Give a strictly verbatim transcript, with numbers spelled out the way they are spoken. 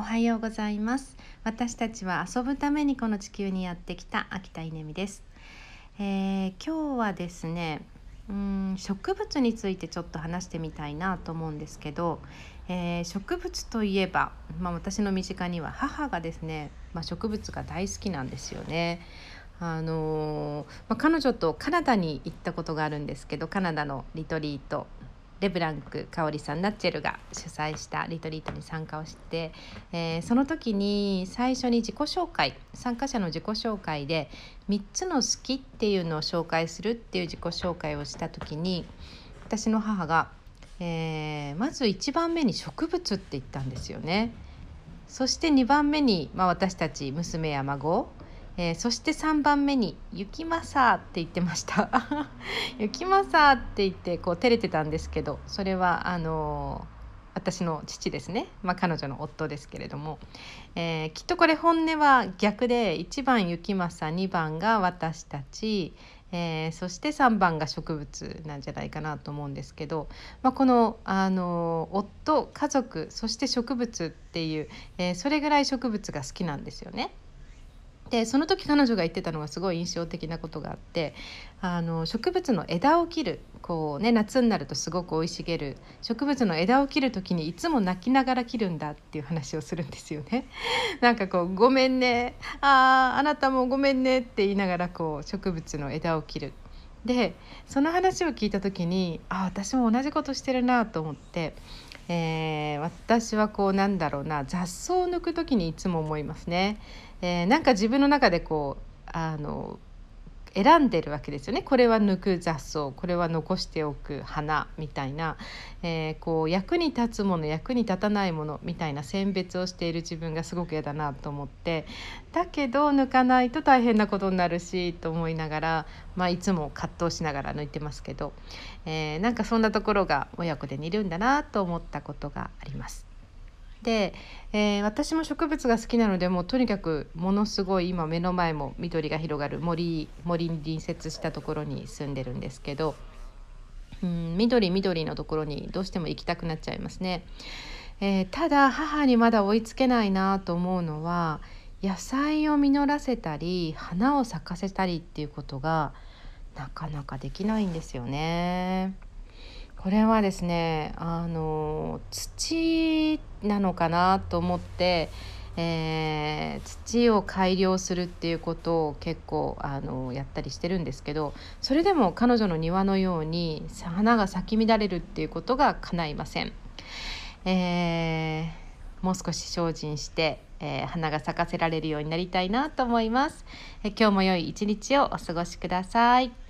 はようございます。私たちは遊ぶためにこの地球にやってきた秋田稲美です。えー、今日はですねうーん植物についてちょっと話してみたいなと思うんですけど、えー、植物といえば、まあ、私の身近には母がですね、まあ、植物が大好きなんですよね。あのーまあ、彼女とカナダに行ったことがあるんですけど、カナダのリトリート、レブランク香織さん、ナッチェルが主催したリトリートに参加をして、えーその時に最初に自己紹介、参加者の自己紹介でみっつの好きっていうのを紹介するっていう自己紹介をした時に、私の母が、えーまずいちばんめに植物って言ったんですよね。そしてにばんめに、まあ、私たち娘や孫、えーそしてさんばんめに雪政って言ってました雪政って言ってこう照れてたんですけど、それはあのー私の父ですね、まあ、彼女の夫ですけれども、えーきっとこれ本音は逆で、いちばん雪政、にばんが私たち、えーそしてさんばんが植物なんじゃないかなと思うんですけど、まあ、この、あの夫、家族、そして植物っていう、えーそれぐらい植物が好きなんですよね。でその時彼女が言ってたのがすごい印象的なことがあって、あの植物の枝を切る、こうね、夏になるとすごく生い茂る植物の枝を切る時にいつも泣きながら切るんだっていう話をするんですよね。なんかこうごめんね、あーあなたもごめんねって言いながらこう植物の枝を切る。でその話を聞いた時に、あ私も同じことしてるなと思って、えー私はこうなんだろうな、雑草を抜く時にいつも思いますね。えーなんか自分の中でこうあの選んでるわけですよね。これは抜く雑草、これは残しておく花みたいな、えーこう役に立つもの、役に立たないものみたいな選別をしている自分がすごく嫌だなと思って、だけど抜かないと大変なことになるしと思いながら、まあ、いつも葛藤しながら抜いてますけど、えーなんかそんなところが親子で似るんだなと思ったことがあります。で、えー私も植物が好きなので、もうとにかくものすごい今目の前も緑が広がる森森に隣接したところに住んでるんですけど、うん緑緑のところにどうしても行きたくなっちゃいますね。えーただ母にまだ追いつけないなと思うのは、野菜を実らせたり花を咲かせたりっていうことがなかなかできないんですよね。これはですね、あの土なのかなと思って、えー土を改良するっていうことを結構あのやったりしてるんですけど、それでも彼女の庭のように花が咲き乱れるっていうことが叶いません。えーもう少し精進して、えー花が咲かせられるようになりたいなと思います。えー今日も良い一日をお過ごしください。